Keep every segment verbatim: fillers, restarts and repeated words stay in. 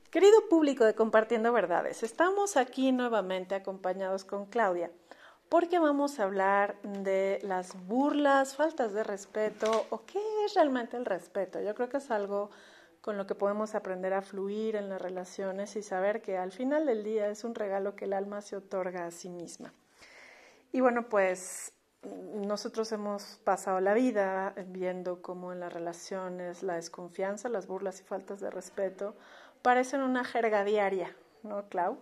Querido público de Compartiendo Verdades, estamos aquí nuevamente acompañados con Claudia porque vamos a hablar de las burlas, faltas de respeto o qué es realmente el respeto. Yo creo que es algo con lo que podemos aprender a fluir en las relaciones y saber que al final del día es un regalo que el alma se otorga a sí misma. Y bueno, pues nosotros hemos pasado la vida viendo cómo en las relaciones la desconfianza, las burlas y faltas de respeto parecen una jerga diaria, ¿no, Clau?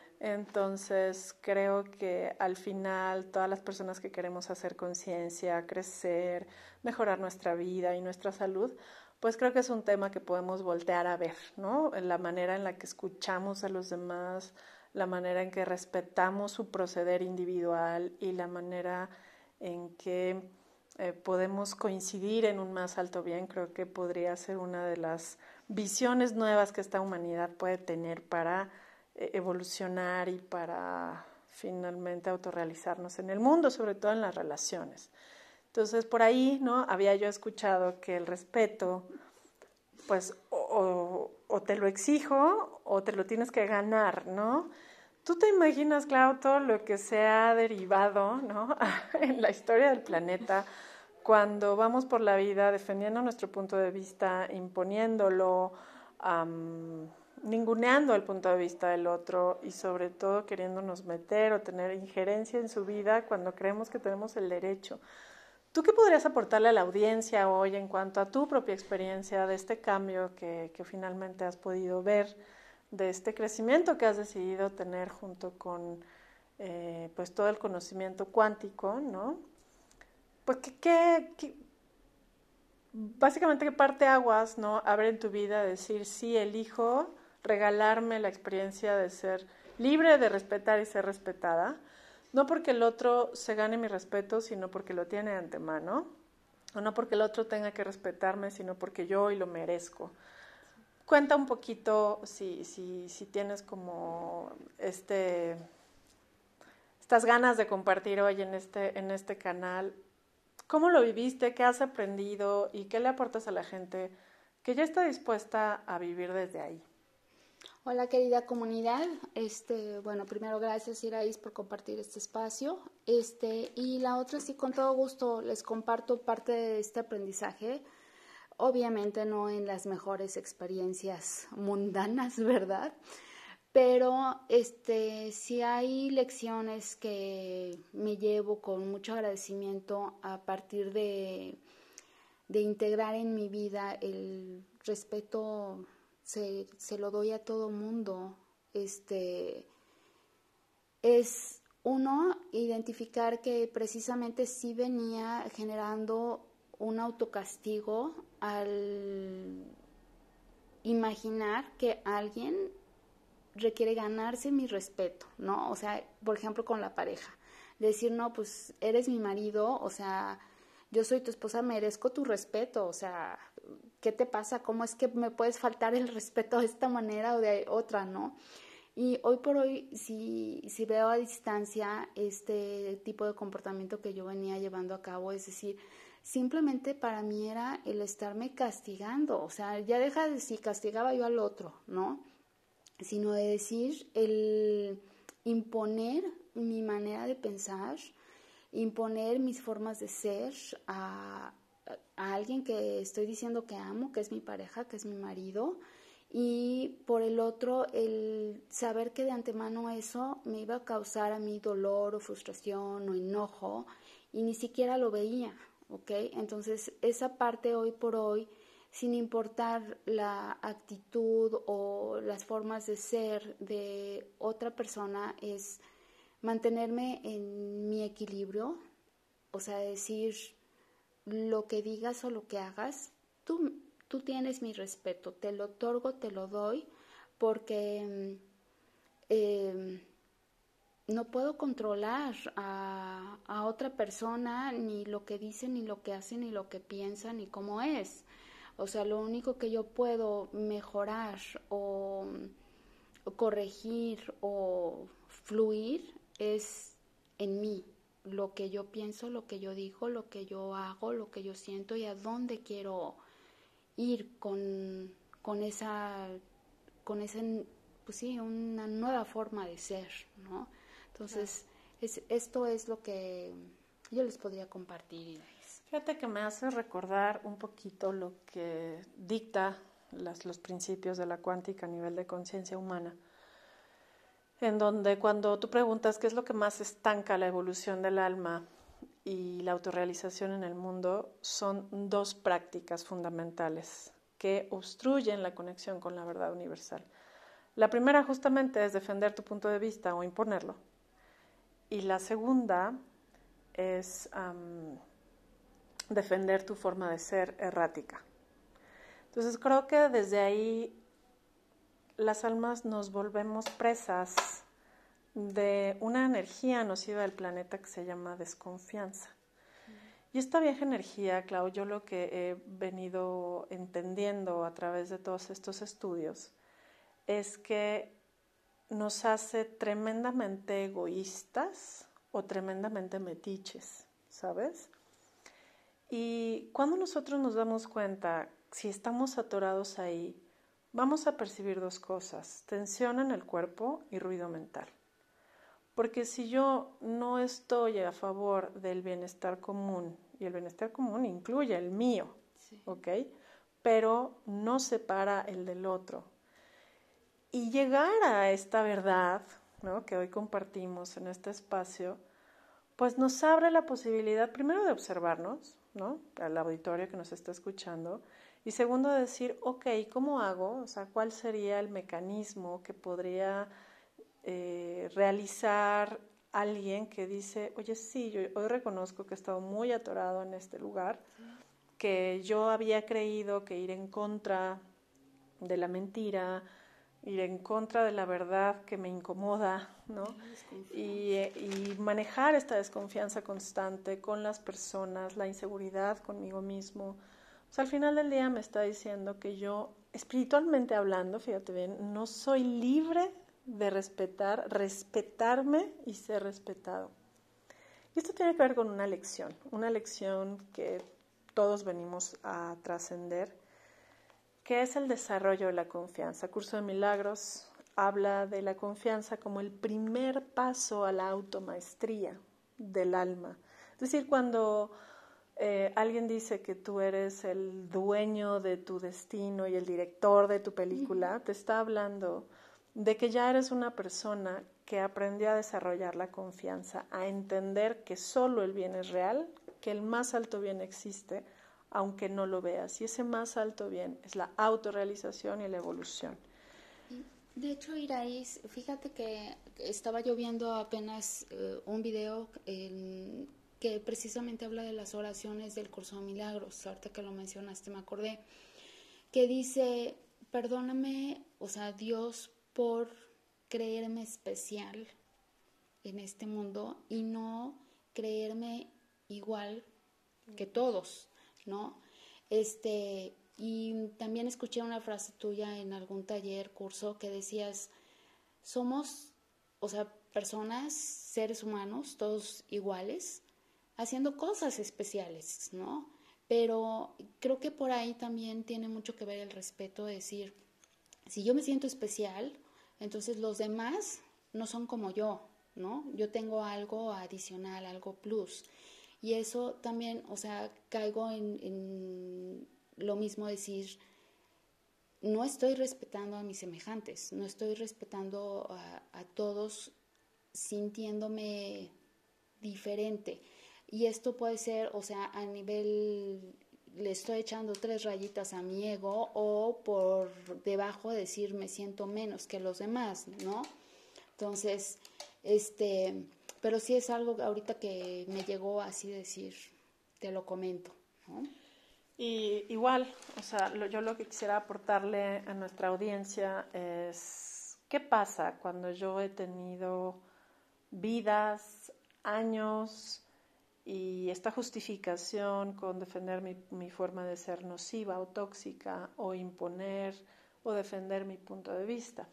Entonces creo que al final todas las personas que queremos hacer conciencia, crecer, mejorar nuestra vida y nuestra salud, pues creo que es un tema que podemos voltear a ver, ¿no? En la manera en la que escuchamos a los demás, la manera en que respetamos su proceder individual y la manera en que eh, podemos coincidir en un más alto bien, creo que podría ser una de las visiones nuevas que esta humanidad puede tener para eh, evolucionar y para finalmente autorrealizarnos en el mundo, sobre todo en las relaciones. Entonces, por ahí, ¿no? Había yo escuchado que el respeto, pues, o, o, o te lo exijo o te lo tienes que ganar, ¿no? ¿Tú te imaginas, Clau, todo lo que se ha derivado, ¿no? en la historia del planeta cuando vamos por la vida defendiendo nuestro punto de vista, imponiéndolo, um, ninguneando el punto de vista del otro y sobre todo queriéndonos meter o tener injerencia en su vida cuando creemos que tenemos el derecho? ¿Tú qué podrías aportarle a la audiencia hoy en cuanto a tu propia experiencia de este cambio que, que finalmente has podido ver, de este crecimiento que has decidido tener junto con eh, pues todo el conocimiento cuántico, ¿no? Pues que, que, que básicamente qué parte aguas, ¿no? Abre en tu vida decir sí, elijo regalarme la experiencia de ser libre, de respetar y ser respetada, no porque el otro se gane mi respeto, sino porque lo tiene de antemano, o no porque el otro tenga que respetarme, sino porque yo hoy lo merezco. Cuenta un poquito si, si, si tienes como este, estas ganas de compartir hoy en este, en este canal. ¿Cómo lo viviste? ¿Qué has aprendido? ¿Y qué le aportas a la gente que ya está dispuesta a vivir desde ahí? Hola querida comunidad, este, bueno, primero gracias Iraís por compartir este espacio, este, y la otra sí con todo gusto les comparto parte de este aprendizaje, obviamente no en las mejores experiencias mundanas, ¿verdad? Pero este, sí hay lecciones que me llevo con mucho agradecimiento a partir de, de integrar en mi vida el respeto. Se, se lo doy a todo mundo. Este es uno, identificar que precisamente sí venía generando un autocastigo al imaginar que alguien requiere ganarse mi respeto, ¿no? O sea, por ejemplo, con la pareja. Decir, no, pues eres mi marido, o sea, yo soy tu esposa, merezco tu respeto, o sea, ¿qué te pasa? ¿Cómo es que me puedes faltar el respeto de esta manera o de otra, no? Y hoy por hoy, si, si veo a distancia este tipo de comportamiento que yo venía llevando a cabo, es decir, simplemente para mí era el estarme castigando, o sea, ya deja de si castigaba yo al otro, ¿no? Sino de decir el imponer mi manera de pensar, imponer mis formas de ser a, a alguien que estoy diciendo que amo, que es mi pareja, que es mi marido, y por el otro el saber que de antemano eso me iba a causar a mí dolor o frustración o enojo y ni siquiera lo veía, ¿ok? Entonces esa parte hoy por hoy, sin importar la actitud o las formas de ser de otra persona, es mantenerme en mi equilibrio, o sea, decir lo que digas o lo que hagas, tú, tú tienes mi respeto, te lo otorgo, te lo doy, porque eh, no puedo controlar a, a otra persona, ni lo que dice, ni lo que hace, ni lo que piensa, ni cómo es. O sea, lo único que yo puedo mejorar o, o corregir o fluir es en mí, lo que yo pienso, lo que yo digo, lo que yo hago, lo que yo siento y a dónde quiero ir con, con esa con ese, pues sí, una nueva forma de ser, ¿no? Entonces, es, esto es lo que yo les podría compartir. Fíjate que me hace recordar un poquito lo que dicta las, los principios de la cuántica a nivel de conciencia humana, en donde cuando tú preguntas qué es lo que más estanca la evolución del alma y la autorrealización en el mundo, son dos prácticas fundamentales que obstruyen la conexión con la verdad universal. La primera justamente es defender tu punto de vista o imponerlo, y la segunda es um, defender tu forma de ser errática. Entonces creo que desde ahí las almas nos volvemos presas de una energía nociva del planeta que se llama desconfianza. Y esta vieja energía, Clau, yo lo que he venido entendiendo a través de todos estos estudios es que nos hace tremendamente egoístas o tremendamente metiches, ¿sabes? Y cuando nosotros nos damos cuenta, si estamos atorados ahí, vamos a percibir dos cosas: tensión en el cuerpo y ruido mental. Porque si yo no estoy a favor del bienestar común, y el bienestar común incluye el mío, sí. ¿Ok? Pero no separa el del otro. Y llegar a esta verdad, ¿no?, que hoy compartimos en este espacio, pues nos abre la posibilidad, primero, de observarnos, ¿no?, al auditorio que nos está escuchando, y segundo, de decir, ok, ¿cómo hago? O sea, ¿cuál sería el mecanismo que podría eh, realizar alguien que dice, oye, sí, yo hoy reconozco que he estado muy atorado en este lugar, sí, que yo había creído que ir en contra de la mentira, ir en contra de la verdad que me incomoda, ¿no? Y, y manejar esta desconfianza constante con las personas, la inseguridad conmigo mismo. O sea, al final del día me está diciendo que yo, espiritualmente hablando, fíjate bien, no soy libre de respetar, respetarme y ser respetado. Y esto tiene que ver con una lección, una lección que todos venimos a trascender, que es el desarrollo de la confianza. Curso de Milagros habla de la confianza como el primer paso a la automaestría del alma. Es decir, cuando eh, alguien dice que tú eres el dueño de tu destino y el director de tu película, te está hablando de que ya eres una persona que aprendió a desarrollar la confianza, a entender que solo el bien es real, que el más alto bien existe, aunque no lo veas. Y ese más alto bien es la autorrealización y la evolución. De hecho, Iraís, fíjate que estaba yo viendo apenas eh, un video eh, que precisamente habla de las oraciones del Curso de Milagros. Ahorita que lo mencionaste me acordé, que dice, perdóname, o sea, Dios, por creerme especial en este mundo y no creerme igual que todos, ¿no? Este, y también escuché una frase tuya en algún taller, curso, que decías, somos, o sea, personas, seres humanos, todos iguales, haciendo cosas especiales, ¿no? Pero creo que por ahí también tiene mucho que ver el respeto, de decir, si yo me siento especial, entonces los demás no son como yo, ¿no? Yo tengo algo adicional, algo plus. Y eso también, o sea, caigo en, en lo mismo, decir, no estoy respetando a mis semejantes, no estoy respetando a, a todos sintiéndome diferente. Y esto puede ser, o sea, a nivel, le estoy echando tres rayitas a mi ego, o por debajo decir me siento menos que los demás, ¿no? Entonces, este, pero sí es algo ahorita que me llegó así decir, te lo comento, ¿no? Y igual, o sea, lo, yo lo que quisiera aportarle a nuestra audiencia es, ¿qué pasa cuando yo he tenido vidas, años y esta justificación con defender mi, mi forma de ser nociva o tóxica, o imponer o defender mi punto de vista?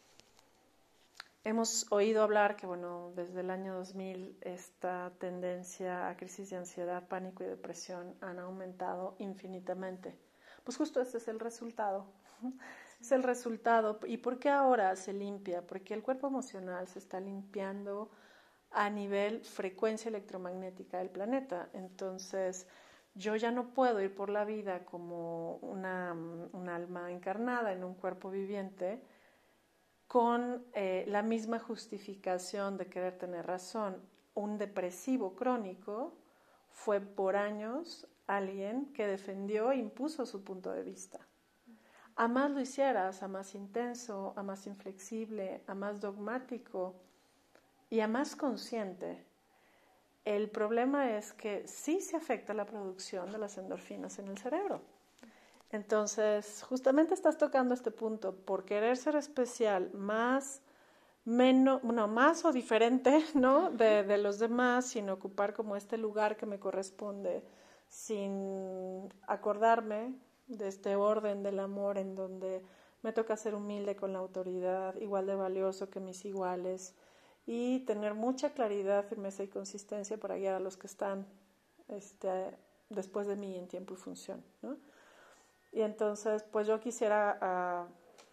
Hemos oído hablar que, bueno, desde el año dos mil esta tendencia a crisis de ansiedad, pánico y depresión han aumentado infinitamente. Pues justo este es el resultado Es el resultado. ¿Y por qué ahora se limpia? Porque el cuerpo emocional se está limpiando a nivel frecuencia electromagnética del planeta. Entonces, yo ya no puedo ir por la vida como una, un alma encarnada en un cuerpo viviente con eh, la misma justificación de querer tener razón. Un depresivo crónico fue por años alguien que defendió e impuso su punto de vista. A más lo hicieras, a más intenso, a más inflexible, a más dogmático y a más consciente. El problema es que sí se afecta la producción de las endorfinas en el cerebro. Entonces, justamente estás tocando este punto, por querer ser especial, más, menos, no, más o diferente, ¿no? de, de los demás, sin ocupar como este lugar que me corresponde, sin acordarme de este orden del amor en donde me toca ser humilde con la autoridad, igual de valioso que mis iguales, y tener mucha claridad, firmeza y consistencia para guiar a los que están este, después de mí en tiempo y función, ¿no? Y entonces, pues yo quisiera uh,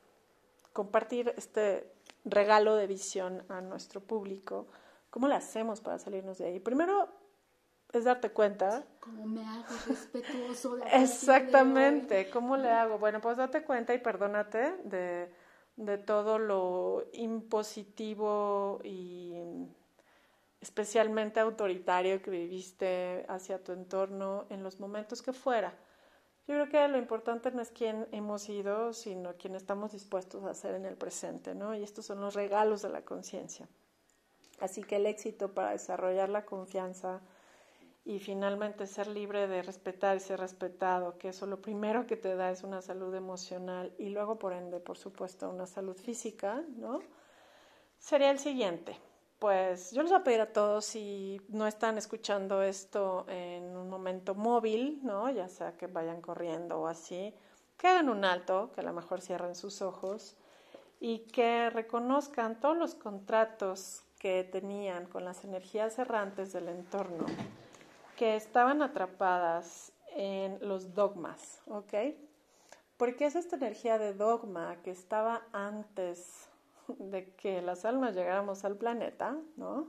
compartir este regalo de visión a nuestro público. ¿Cómo le hacemos para salirnos de ahí? Primero es darte cuenta. ¿Cómo me hago respetuoso de Exactamente, ¿cómo le hago? Bueno, pues date cuenta y perdónate de, de todo lo impositivo y especialmente autoritario que viviste hacia tu entorno en los momentos que fuera. Yo creo que lo importante no es quién hemos sido, sino quién estamos dispuestos a ser en el presente, ¿no? Y estos son los regalos de la conciencia. Así que el éxito para desarrollar la confianza y finalmente ser libre de respetar y ser respetado, que eso lo primero que te da es una salud emocional y luego, por ende, por supuesto, una salud física, ¿no? Sería el siguiente. Pues yo les voy a pedir a todos, si no están escuchando esto en un momento móvil, ¿no? Ya sea que vayan corriendo o así, que hagan un alto, que a lo mejor cierren sus ojos y que reconozcan todos los contratos que tenían con las energías errantes del entorno, que estaban atrapadas en los dogmas, ¿ok? Porque es esta energía de dogma que estaba antes de que las almas llegáramos al planeta, ¿no?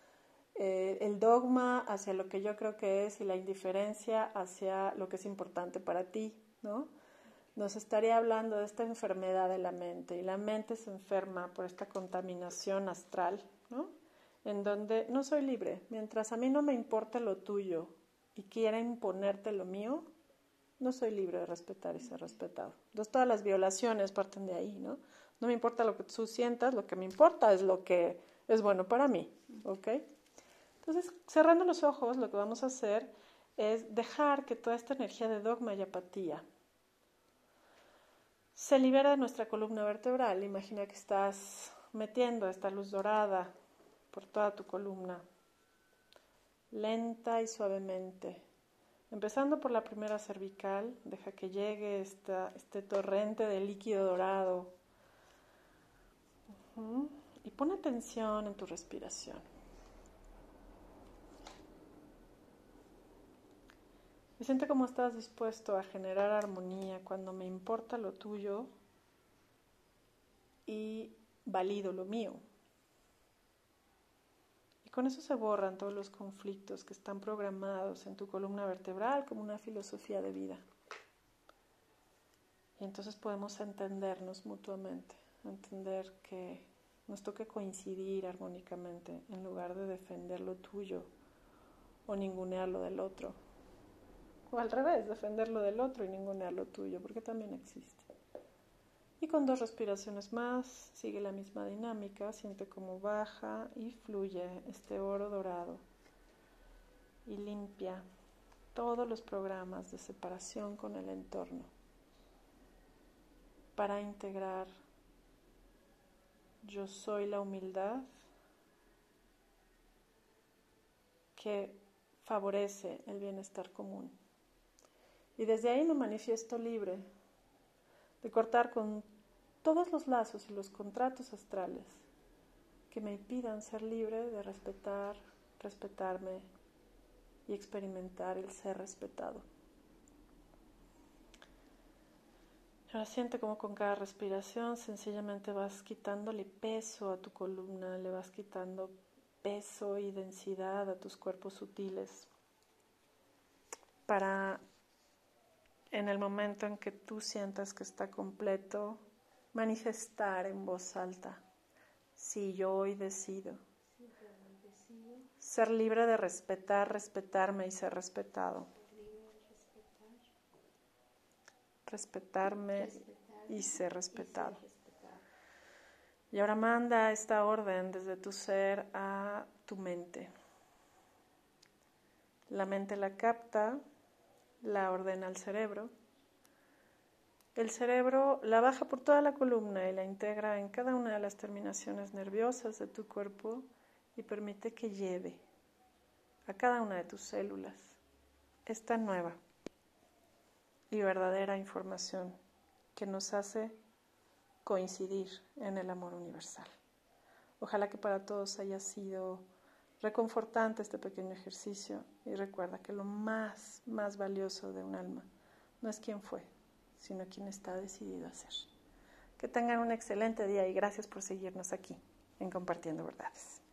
Eh, el dogma hacia lo que yo creo que es y la indiferencia hacia lo que es importante para ti, ¿no? Nos estaría hablando de esta enfermedad de la mente, y la mente se enferma por esta contaminación astral, ¿no? En donde no soy libre. Mientras a mí no me importa lo tuyo y quiera imponerte lo mío, no soy libre de respetar y ser respetado. Entonces todas las violaciones parten de ahí, ¿no? No me importa lo que tú sientas, lo que me importa es lo que es bueno para mí, ¿ok? Entonces, cerrando los ojos, lo que vamos a hacer es dejar que toda esta energía de dogma y apatía se libera de nuestra columna vertebral. Imagina que estás metiendo esta luz dorada por toda tu columna, lenta y suavemente. Empezando por la primera cervical, deja que llegue esta, este torrente de líquido dorado. Uh-huh. Y pon atención en tu respiración. Y siente cómo estás dispuesto a generar armonía cuando me importa lo tuyo y valido lo mío. Y con eso se borran todos los conflictos que están programados en tu columna vertebral como una filosofía de vida. Y entonces podemos entendernos mutuamente, entender que nos toca coincidir armónicamente en lugar de defender lo tuyo o ningunear lo del otro. O al revés, defender lo del otro y ningunear lo tuyo, porque también existe. Y con dos respiraciones más, sigue la misma dinámica, siente cómo baja y fluye este oro dorado y limpia todos los programas de separación con el entorno para integrar yo soy la humildad que favorece el bienestar común. Y desde ahí me manifiesto libre de cortar con todos los lazos y los contratos astrales que me impidan ser libre de respetar, respetarme y experimentar el ser respetado. Ahora siente como con cada respiración sencillamente vas quitándole peso a tu columna, le vas quitando peso y densidad a tus cuerpos sutiles para en el momento en que tú sientas que está completo, manifestar en voz alta: sí, yo hoy decido ser libre de respetar, respetarme y ser respetado. Respetarme y ser respetado. Y ahora manda esta orden desde tu ser a tu mente. La mente la capta, la ordena al cerebro. El cerebro la baja por toda la columna y la integra en cada una de las terminaciones nerviosas de tu cuerpo y permite que lleve a cada una de tus células esta nueva y verdadera información que nos hace coincidir en el amor universal. Ojalá que para todos haya sido reconfortante este pequeño ejercicio y recuerda que lo más, más valioso de un alma no es quién fue, sino quien está decidido a ser. Que tengan un excelente día y gracias por seguirnos aquí en Compartiendo Verdades.